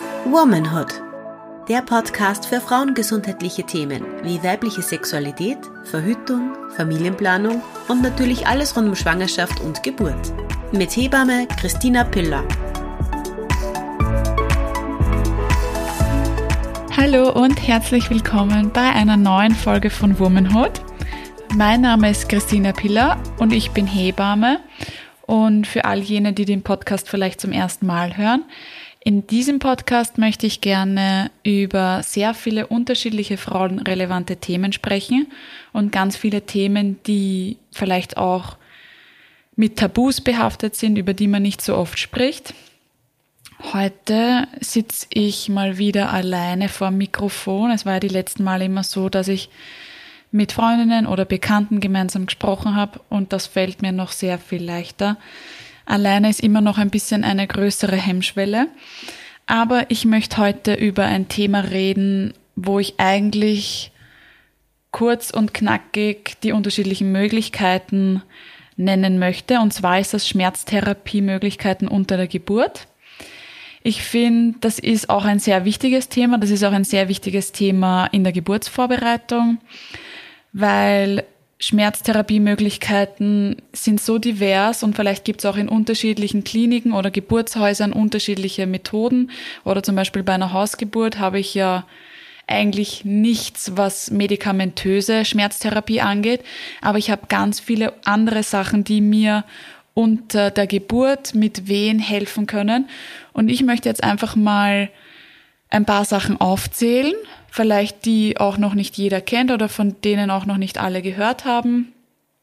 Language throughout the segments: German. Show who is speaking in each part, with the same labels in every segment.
Speaker 1: Womanhood, der Podcast für frauengesundheitliche Themen wie weibliche Sexualität, Verhütung, Familienplanung und natürlich alles rund um Schwangerschaft und Geburt. Mit Hebamme Christina Piller.
Speaker 2: Hallo und herzlich willkommen bei einer neuen Folge von Womanhood. Mein Name ist Christina Piller und ich bin Hebamme. Und für all jene, die den Podcast vielleicht zum ersten Mal hören, in diesem Podcast möchte ich gerne über sehr viele unterschiedliche frauenrelevante Themen sprechen und ganz viele Themen, die vielleicht auch mit Tabus behaftet sind, über die man nicht so oft spricht. Heute sitze ich mal wieder alleine vor dem Mikrofon. Es war ja die letzten Male immer so, dass ich mit Freundinnen oder Bekannten gemeinsam gesprochen habe und das fällt mir noch sehr viel leichter. Alleine ist immer noch ein bisschen eine größere Hemmschwelle, aber ich möchte heute über ein Thema reden, wo ich eigentlich kurz und knackig die unterschiedlichen Möglichkeiten nennen möchte, und zwar ist das Schmerztherapiemöglichkeiten unter der Geburt. Ich finde, das ist auch ein sehr wichtiges Thema, das ist auch ein sehr wichtiges Thema in der Geburtsvorbereitung, weil Schmerztherapiemöglichkeiten sind so divers und vielleicht gibt es auch in unterschiedlichen Kliniken oder Geburtshäusern unterschiedliche Methoden. Oder zum Beispiel bei einer Hausgeburt habe ich ja eigentlich nichts, was medikamentöse Schmerztherapie angeht, aber ich habe ganz viele andere Sachen, die mir unter der Geburt mit Wehen helfen können. Und ich möchte jetzt einfach mal ein paar Sachen aufzählen, vielleicht die auch noch nicht jeder kennt oder von denen auch noch nicht alle gehört haben.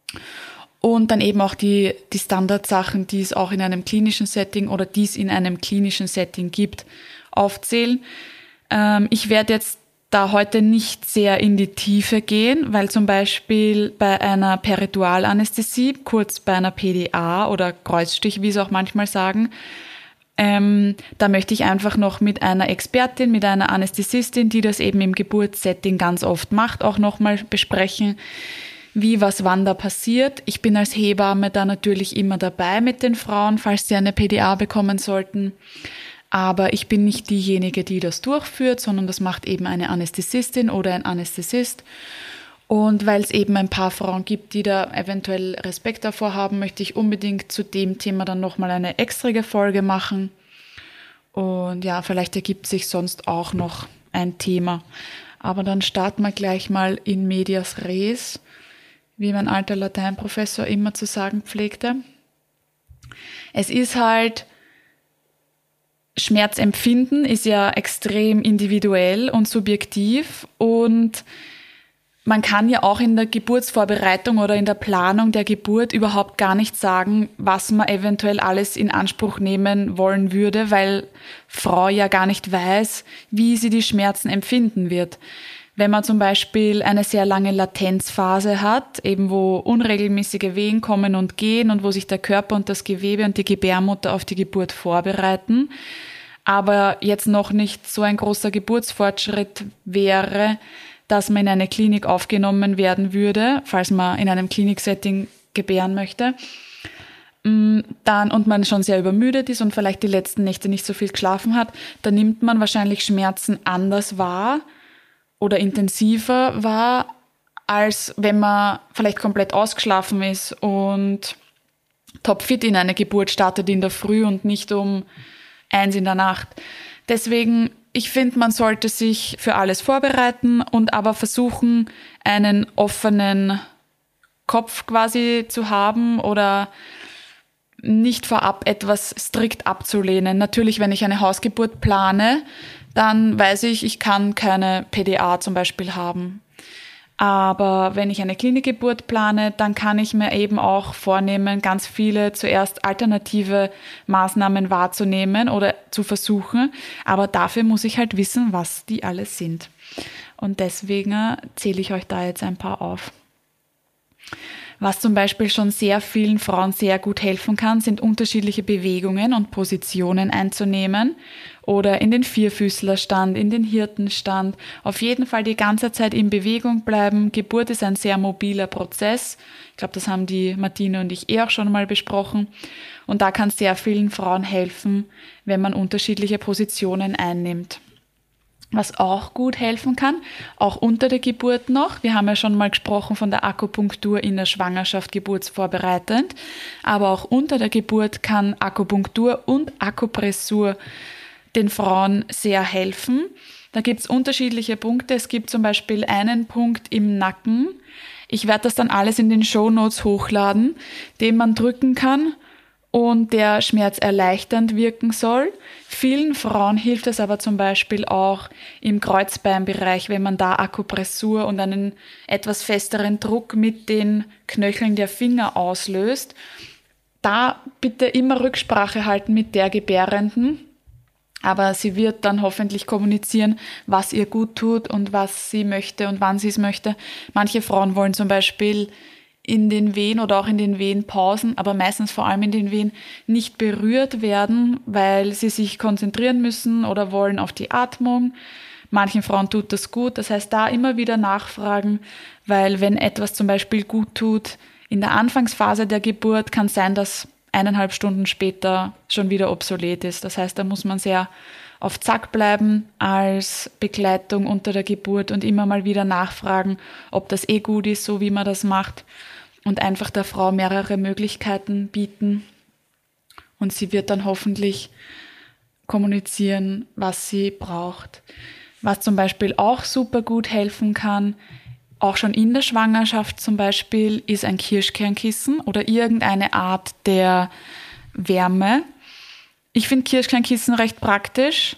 Speaker 2: Und dann eben auch die Standardsachen, die es auch in einem klinischen Setting oder die es in einem klinischen Setting gibt, aufzählen. Ich werde jetzt da heute nicht sehr in die Tiefe gehen, weil zum Beispiel bei einer Peritoralanästhesie, kurz bei einer PDA oder Kreuzstich, wie sie auch manchmal sagen, da möchte ich einfach noch mit einer Expertin, mit einer Anästhesistin, die das eben im Geburtssetting ganz oft macht, auch nochmal besprechen, wie, was, wann da passiert. Ich bin als Hebamme da natürlich immer dabei mit den Frauen, falls sie eine PDA bekommen sollten. Aber ich bin nicht diejenige, die das durchführt, sondern das macht eben eine Anästhesistin oder ein Anästhesist. Und weil es eben ein paar Frauen gibt, die da eventuell Respekt davor haben, möchte ich unbedingt zu dem Thema dann nochmal eine extra Folge machen. Und ja, vielleicht ergibt sich sonst auch noch ein Thema. Aber dann starten wir gleich mal in medias res, wie mein alter Lateinprofessor immer zu sagen pflegte. Es ist halt, Schmerzempfinden ist ja extrem individuell und subjektiv und man kann ja auch in der Geburtsvorbereitung oder in der Planung der Geburt überhaupt gar nicht sagen, was man eventuell alles in Anspruch nehmen wollen würde, weil Frau ja gar nicht weiß, wie sie die Schmerzen empfinden wird. Wenn man zum Beispiel eine sehr lange Latenzphase hat, eben wo unregelmäßige Wehen kommen und gehen und wo sich der Körper und das Gewebe und die Gebärmutter auf die Geburt vorbereiten, aber jetzt noch nicht so ein großer Geburtsfortschritt wäre, dass man in eine Klinik aufgenommen werden würde, falls man in einem Kliniksetting gebären möchte, dann und man schon sehr übermüdet ist und vielleicht die letzten Nächte nicht so viel geschlafen hat, dann nimmt man wahrscheinlich Schmerzen anders wahr oder intensiver wahr, als wenn man vielleicht komplett ausgeschlafen ist und topfit in eine Geburt startet in der Früh und nicht um 1 in der Nacht. Deswegen, ich finde, man sollte sich für alles vorbereiten und aber versuchen, einen offenen Kopf quasi zu haben oder nicht vorab etwas strikt abzulehnen. Natürlich, wenn ich eine Hausgeburt plane, dann weiß ich, ich kann keine PDA zum Beispiel haben. Aber wenn ich eine Klinikgeburt plane, dann kann ich mir eben auch vornehmen, ganz viele zuerst alternative Maßnahmen wahrzunehmen oder zu versuchen. Aber dafür muss ich halt wissen, was die alles sind. Und deswegen zähle ich euch da jetzt ein paar auf. Was zum Beispiel schon sehr vielen Frauen sehr gut helfen kann, sind unterschiedliche Bewegungen und Positionen einzunehmen oder in den Vierfüßlerstand, in den Hirtenstand. Auf jeden Fall die ganze Zeit in Bewegung bleiben. Geburt ist ein sehr mobiler Prozess. Ich glaube, das haben die Martine und ich auch schon mal besprochen. Und da kann sehr vielen Frauen helfen, wenn man unterschiedliche Positionen einnimmt. Was auch gut helfen kann, auch unter der Geburt noch. Wir haben ja schon mal gesprochen von der Akupunktur in der Schwangerschaft geburtsvorbereitend. Aber auch unter der Geburt kann Akupunktur und Akupressur den Frauen sehr helfen. Da gibt es unterschiedliche Punkte. Es gibt zum Beispiel einen Punkt im Nacken. Ich werde das dann alles in den Shownotes hochladen, den man drücken kann und der schmerzerleichternd wirken soll. Vielen Frauen hilft es aber zum Beispiel auch im Kreuzbeinbereich, wenn man da Akupressur und einen etwas festeren Druck mit den Knöcheln der Finger auslöst. Da bitte immer Rücksprache halten mit der Gebärenden, aber sie wird dann hoffentlich kommunizieren, was ihr gut tut und was sie möchte und wann sie es möchte. Manche Frauen wollen zum Beispiel in den Wehen oder auch in den Wehenpausen, aber meistens vor allem in den Wehen nicht berührt werden, weil sie sich konzentrieren müssen oder wollen auf die Atmung. Manchen Frauen tut das gut, das heißt da immer wieder nachfragen, weil wenn etwas zum Beispiel gut tut in der Anfangsphase der Geburt, kann es sein, dass 1,5 Stunden später schon wieder obsolet ist. Das heißt, da muss man sehr auf Zack bleiben als Begleitung unter der Geburt und immer mal wieder nachfragen, ob das gut ist, so wie man das macht. Und einfach der Frau mehrere Möglichkeiten bieten. Und sie wird dann hoffentlich kommunizieren, was sie braucht. Was zum Beispiel auch super gut helfen kann, auch schon in der Schwangerschaft zum Beispiel, ist ein Kirschkernkissen oder irgendeine Art der Wärme. Ich finde Kirschkernkissen recht praktisch,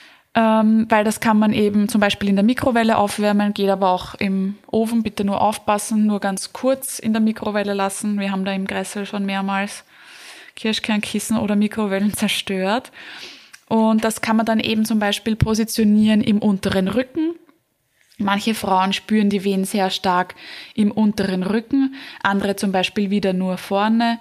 Speaker 2: weil das kann man eben zum Beispiel in der Mikrowelle aufwärmen, geht aber auch im Ofen. Bitte nur aufpassen, nur ganz kurz in der Mikrowelle lassen. Wir haben da im Gressel schon mehrmals Kirschkernkissen oder Mikrowellen zerstört. Und das kann man dann eben zum Beispiel positionieren im unteren Rücken. Manche Frauen spüren die Wehen sehr stark im unteren Rücken, andere zum Beispiel wieder nur vorne.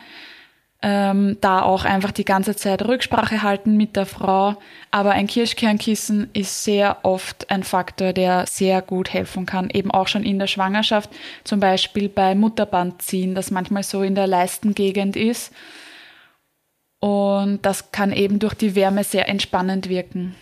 Speaker 2: Da auch einfach die ganze Zeit Rücksprache halten mit der Frau. Aber ein Kirschkernkissen ist sehr oft ein Faktor, der sehr gut helfen kann, eben auch schon in der Schwangerschaft, zum Beispiel bei Mutterbandziehen, das manchmal so in der Leistengegend ist. Und das kann eben durch die Wärme sehr entspannend wirken.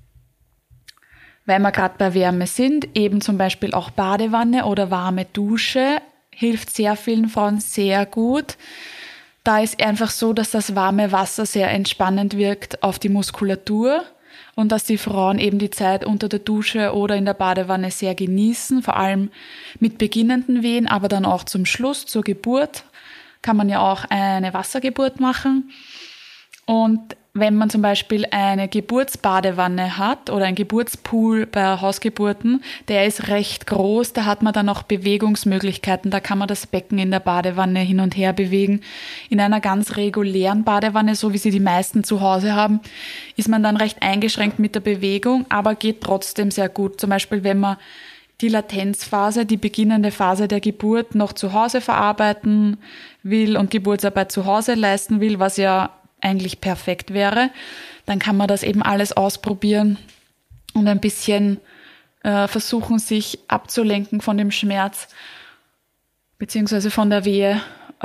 Speaker 2: Weil wir gerade bei Wärme sind, eben zum Beispiel auch Badewanne oder warme Dusche hilft sehr vielen Frauen sehr gut. Da ist einfach so, dass das warme Wasser sehr entspannend wirkt auf die Muskulatur und dass die Frauen eben die Zeit unter der Dusche oder in der Badewanne sehr genießen, vor allem mit beginnenden Wehen, aber dann auch zum Schluss, zur Geburt, kann man ja auch eine Wassergeburt machen. Und wenn man zum Beispiel eine Geburtsbadewanne hat oder ein Geburtspool bei Hausgeburten, der ist recht groß, da hat man dann auch Bewegungsmöglichkeiten, da kann man das Becken in der Badewanne hin und her bewegen. In einer ganz regulären Badewanne, so wie sie die meisten zu Hause haben, ist man dann recht eingeschränkt mit der Bewegung, aber geht trotzdem sehr gut. Zum Beispiel, wenn man die Latenzphase, die beginnende Phase der Geburt noch zu Hause verarbeiten will und Geburtsarbeit zu Hause leisten will, was ja eigentlich perfekt wäre, dann kann man das eben alles ausprobieren und ein bisschen versuchen, sich abzulenken von dem Schmerz beziehungsweise von der Wehe.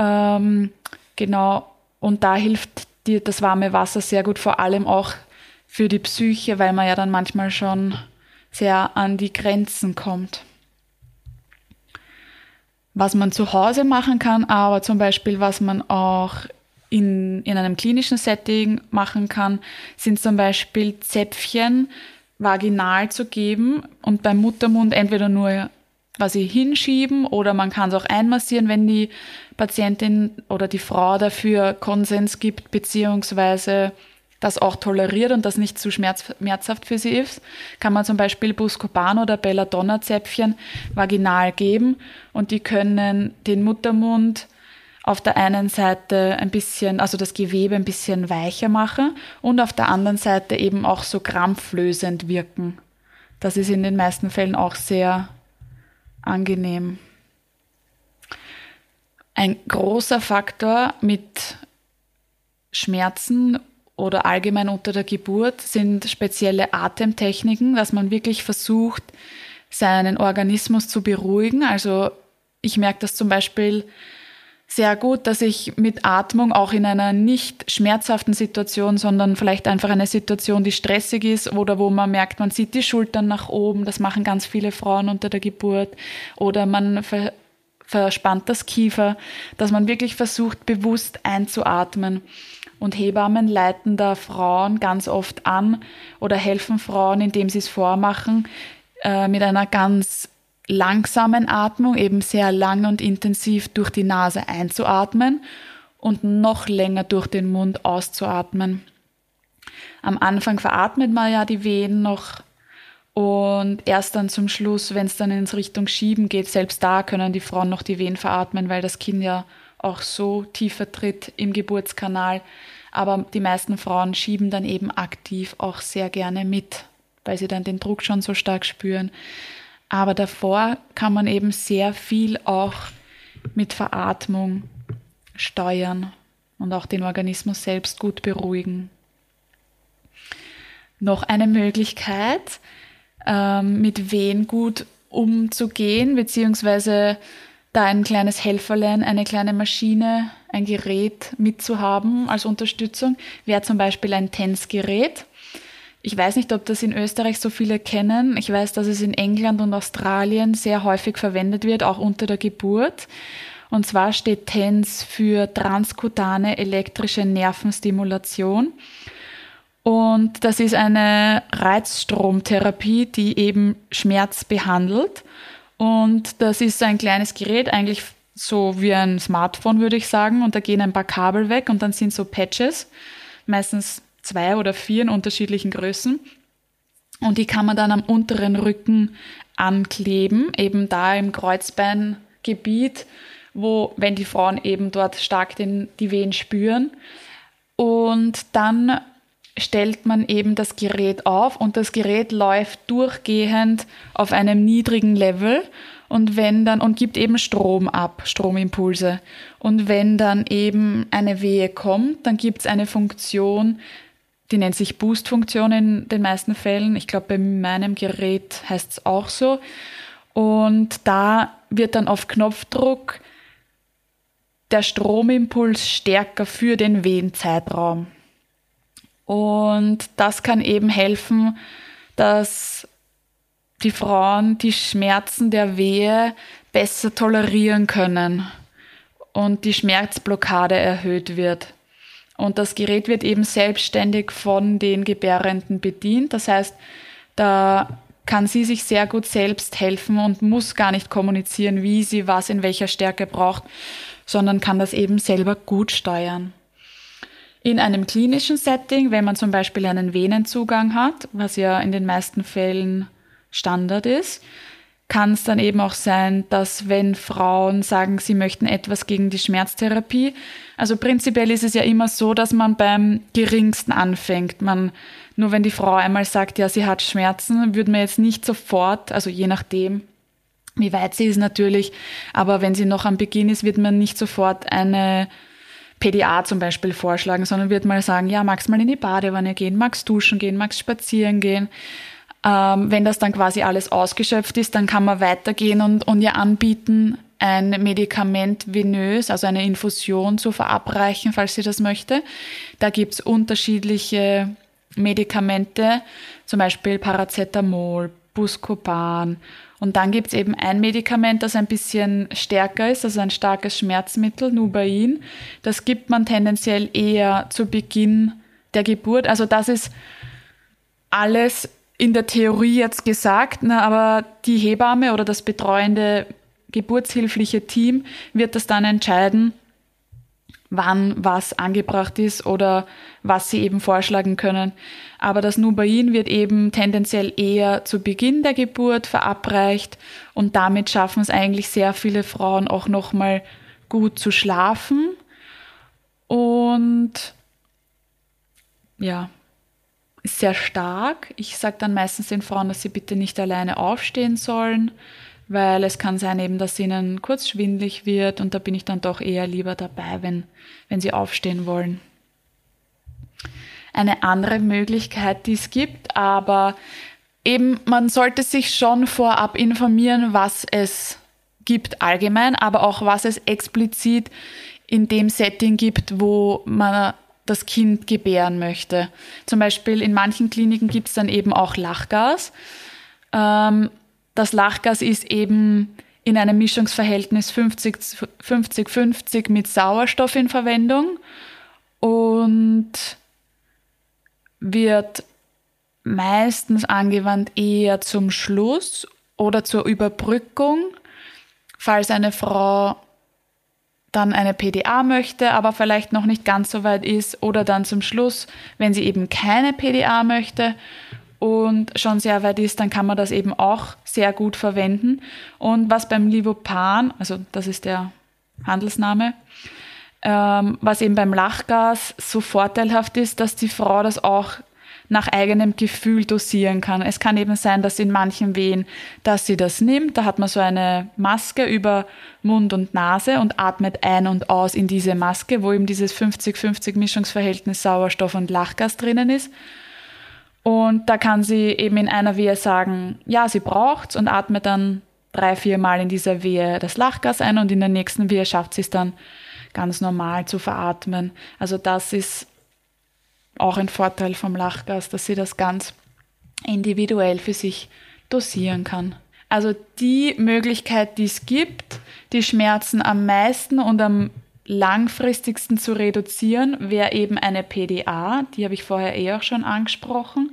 Speaker 2: Genau, und da hilft dir das warme Wasser sehr gut, vor allem auch für die Psyche, weil man ja dann manchmal schon sehr an die Grenzen kommt. Was man zu Hause machen kann, aber zum Beispiel, was man auch in einem klinischen Setting machen kann, sind zum Beispiel Zäpfchen vaginal zu geben und beim Muttermund entweder nur quasi hinschieben oder man kann es auch einmassieren, wenn die Patientin oder die Frau dafür Konsens gibt, beziehungsweise das auch toleriert und das nicht zu schmerzhaft für sie ist, kann man zum Beispiel Buscopan oder Belladonna-Zäpfchen vaginal geben und die können den Muttermund auf der einen Seite ein bisschen, also das Gewebe ein bisschen weicher machen und auf der anderen Seite eben auch so krampflösend wirken. Das ist in den meisten Fällen auch sehr angenehm. Ein großer Faktor mit Schmerzen oder allgemein unter der Geburt sind spezielle Atemtechniken, dass man wirklich versucht, seinen Organismus zu beruhigen. Also ich merke das zum Beispiel sehr gut, dass ich mit Atmung auch in einer nicht schmerzhaften Situation, sondern vielleicht einfach eine Situation, die stressig ist oder wo man merkt, man zieht die Schultern nach oben, das machen ganz viele Frauen unter der Geburt, oder man verspannt das Kiefer, dass man wirklich versucht, bewusst einzuatmen. Und Hebammen leiten da Frauen ganz oft an oder helfen Frauen, indem sie es vormachen, mit einer ganz langsamen Atmung, eben sehr lang und intensiv durch die Nase einzuatmen und noch länger durch den Mund auszuatmen. Am Anfang veratmet man ja die Wehen noch und erst dann zum Schluss, wenn es dann in Richtung Schieben geht, selbst da können die Frauen noch die Wehen veratmen, weil das Kind ja auch so tiefer tritt im Geburtskanal. Aber die meisten Frauen schieben dann eben aktiv auch sehr gerne mit, weil sie dann den Druck schon so stark spüren. Aber davor kann man eben sehr viel auch mit Veratmung steuern und auch den Organismus selbst gut beruhigen. Noch eine Möglichkeit, mit Wehen gut umzugehen, beziehungsweise da ein kleines Helferlein, eine kleine Maschine, ein Gerät mitzuhaben als Unterstützung, wäre zum Beispiel ein TENS-Gerät. Ich weiß nicht, ob das in Österreich so viele kennen. Ich weiß, dass es in England und Australien sehr häufig verwendet wird, auch unter der Geburt. Und zwar steht TENS für transkutane elektrische Nervenstimulation. Und das ist eine Reizstromtherapie, die eben Schmerz behandelt. Und das ist ein kleines Gerät, eigentlich so wie ein Smartphone, würde ich sagen. Und da gehen ein paar Kabel weg und dann sind so Patches, meistens 2 oder 4 in unterschiedlichen Größen. Und die kann man dann am unteren Rücken ankleben, eben da im Kreuzbeingebiet, wo, wenn die Frauen eben dort stark die Wehen spüren. Und dann stellt man eben das Gerät auf und das Gerät läuft durchgehend auf einem niedrigen Level und gibt eben Strom ab, Stromimpulse. Und wenn dann eben eine Wehe kommt, dann gibt es eine Funktion, die nennt sich Boost-Funktion in den meisten Fällen. Ich glaube, bei meinem Gerät heißt es auch so. Und da wird dann auf Knopfdruck der Stromimpuls stärker für den Wehenzeitraum. Und das kann eben helfen, dass die Frauen die Schmerzen der Wehe besser tolerieren können und die Schmerzblockade erhöht wird. Und das Gerät wird eben selbstständig von den Gebärenden bedient. Das heißt, da kann sie sich sehr gut selbst helfen und muss gar nicht kommunizieren, wie sie was in welcher Stärke braucht, sondern kann das eben selber gut steuern. In einem klinischen Setting, wenn man zum Beispiel einen Venenzugang hat, was ja in den meisten Fällen Standard ist, kann es dann eben auch sein, dass wenn Frauen sagen, sie möchten etwas gegen die Schmerztherapie, also prinzipiell ist es ja immer so, dass man beim Geringsten anfängt. Nur wenn die Frau einmal sagt, ja, sie hat Schmerzen, würde man jetzt nicht sofort, also je nachdem, wie weit sie ist natürlich, aber wenn sie noch am Beginn ist, wird man nicht sofort eine PDA zum Beispiel vorschlagen, sondern wird mal sagen, ja, magst mal in die Badewanne gehen, magst duschen gehen, magst spazieren gehen. Wenn das dann quasi alles ausgeschöpft ist, dann kann man weitergehen und ihr anbieten, ein Medikament venös, also eine Infusion zu verabreichen, falls sie das möchte. Da gibt's unterschiedliche Medikamente, zum Beispiel Paracetamol, Buscopan. Und dann gibt's eben ein Medikament, das ein bisschen stärker ist, also ein starkes Schmerzmittel, Nubain. Das gibt man tendenziell eher zu Beginn der Geburt. Also das ist alles in der Theorie jetzt gesagt, aber die Hebamme oder das betreuende geburtshilfliche Team wird das dann entscheiden, wann was angebracht ist oder was sie eben vorschlagen können. Aber das Nubain wird eben tendenziell eher zu Beginn der Geburt verabreicht und damit schaffen es eigentlich sehr viele Frauen auch nochmal gut zu schlafen. Und ja, ist sehr stark. Ich sage dann meistens den Frauen, dass sie bitte nicht alleine aufstehen sollen, weil es kann sein eben, dass ihnen kurz schwindelig wird und da bin ich dann doch eher lieber dabei, wenn sie aufstehen wollen. Eine andere Möglichkeit, die es gibt, aber eben man sollte sich schon vorab informieren, was es gibt allgemein, aber auch was es explizit in dem Setting gibt, wo man das Kind gebären möchte. Zum Beispiel in manchen Kliniken gibt es dann eben auch Lachgas. Das Lachgas ist eben in einem Mischungsverhältnis 50-50 mit Sauerstoff in Verwendung und wird meistens angewandt eher zum Schluss oder zur Überbrückung, falls eine Frau dann eine PDA möchte, aber vielleicht noch nicht ganz so weit ist, oder dann zum Schluss, wenn sie eben keine PDA möchte und schon sehr weit ist, dann kann man das eben auch sehr gut verwenden. Und was beim Livopan, also das ist der Handelsname, was eben beim Lachgas so vorteilhaft ist, dass die Frau das auch nach eigenem Gefühl dosieren kann. Es kann eben sein, dass in manchen Wehen, dass sie das nimmt, da hat man so eine Maske über Mund und Nase und atmet ein und aus in diese Maske, wo eben dieses 50-50 Mischungsverhältnis Sauerstoff und Lachgas drinnen ist. Und da kann sie eben in einer Wehe sagen, ja, sie braucht's und atmet dann 3-4 Mal in dieser Wehe das Lachgas ein und in der nächsten Wehe schafft sie es dann ganz normal zu veratmen. Also das ist auch ein Vorteil vom Lachgas, dass sie das ganz individuell für sich dosieren kann. Also die Möglichkeit, die es gibt, die Schmerzen am meisten und am langfristigsten zu reduzieren, wäre eben eine PDA. Die habe ich vorher auch schon angesprochen.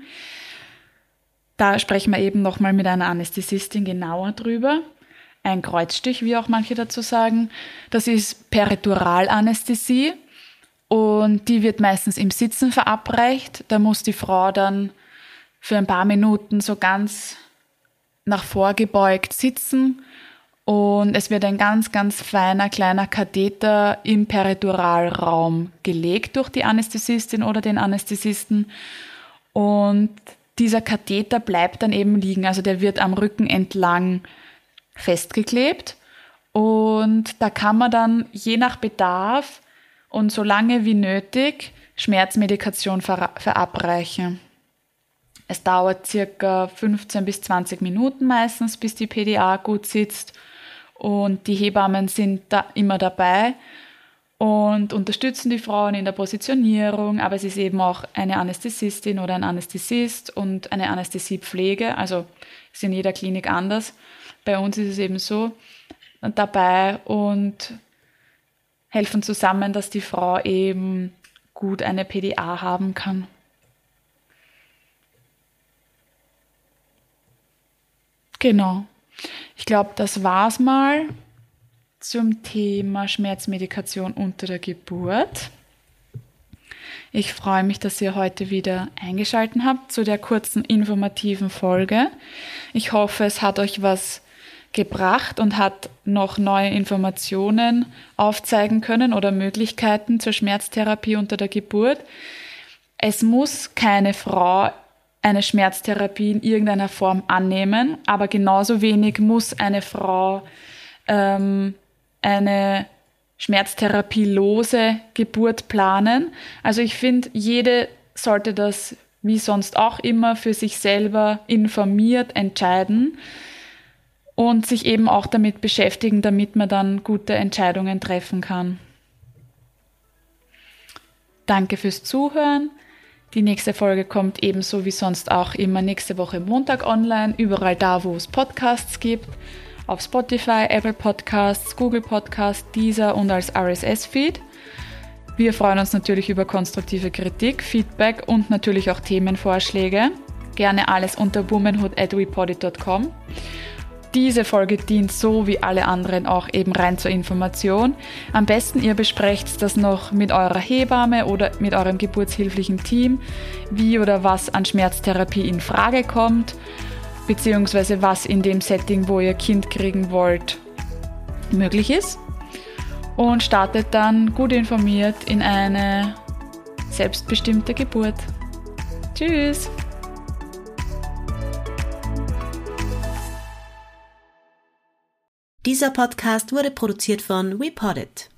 Speaker 2: Da sprechen wir eben nochmal mit einer Anästhesistin genauer drüber. Ein Kreuzstich, wie auch manche dazu sagen. Das ist Perituralanästhesie. Und die wird meistens im Sitzen verabreicht. Da muss die Frau dann für ein paar Minuten so ganz nach vorgebeugt sitzen. Und es wird ein ganz, ganz feiner, kleiner Katheter im Perituralraum gelegt durch die Anästhesistin oder den Anästhesisten. Und dieser Katheter bleibt dann eben liegen. Also der wird am Rücken entlang festgeklebt. Und da kann man dann je nach Bedarf und so lange wie nötig Schmerzmedikation verabreichen. Es dauert circa 15 bis 20 Minuten meistens, bis die PDA gut sitzt und die Hebammen sind da immer dabei und unterstützen die Frauen in der Positionierung, aber es ist eben auch eine Anästhesistin oder ein Anästhesist und eine Anästhesiepflege, also ist in jeder Klinik anders. Bei uns ist es eben so dabei und helfen zusammen, dass die Frau eben gut eine PDA haben kann. Genau. Ich glaube, das war's mal zum Thema Schmerzmedikation unter der Geburt. Ich freue mich, dass ihr heute wieder eingeschaltet habt zu der kurzen informativen Folge. Ich hoffe, es hat euch was gebracht und hat noch neue Informationen aufzeigen können oder Möglichkeiten zur Schmerztherapie unter der Geburt. Es muss keine Frau eine Schmerztherapie in irgendeiner Form annehmen, aber genauso wenig muss eine Frau eine schmerztherapielose Geburt planen. Also ich finde, jede sollte das wie sonst auch immer für sich selber informiert entscheiden und sich eben auch damit beschäftigen, damit man dann gute Entscheidungen treffen kann. Danke fürs Zuhören. Die nächste Folge kommt ebenso wie sonst auch immer nächste Woche Montag online, überall da, wo es Podcasts gibt, auf Spotify, Apple Podcasts, Google Podcasts, Deezer und als RSS-Feed. Wir freuen uns natürlich über konstruktive Kritik, Feedback und natürlich auch Themenvorschläge. Gerne alles unter womanhood@wepodit.com. Diese Folge dient so wie alle anderen auch eben rein zur Information. Am besten ihr besprecht das noch mit eurer Hebamme oder mit eurem geburtshilflichen Team, wie oder was an Schmerztherapie in Frage kommt, beziehungsweise was in dem Setting, wo ihr Kind kriegen wollt, möglich ist. Und startet dann gut informiert in eine selbstbestimmte Geburt. Tschüss!
Speaker 1: Dieser Podcast wurde produziert von WePoddit.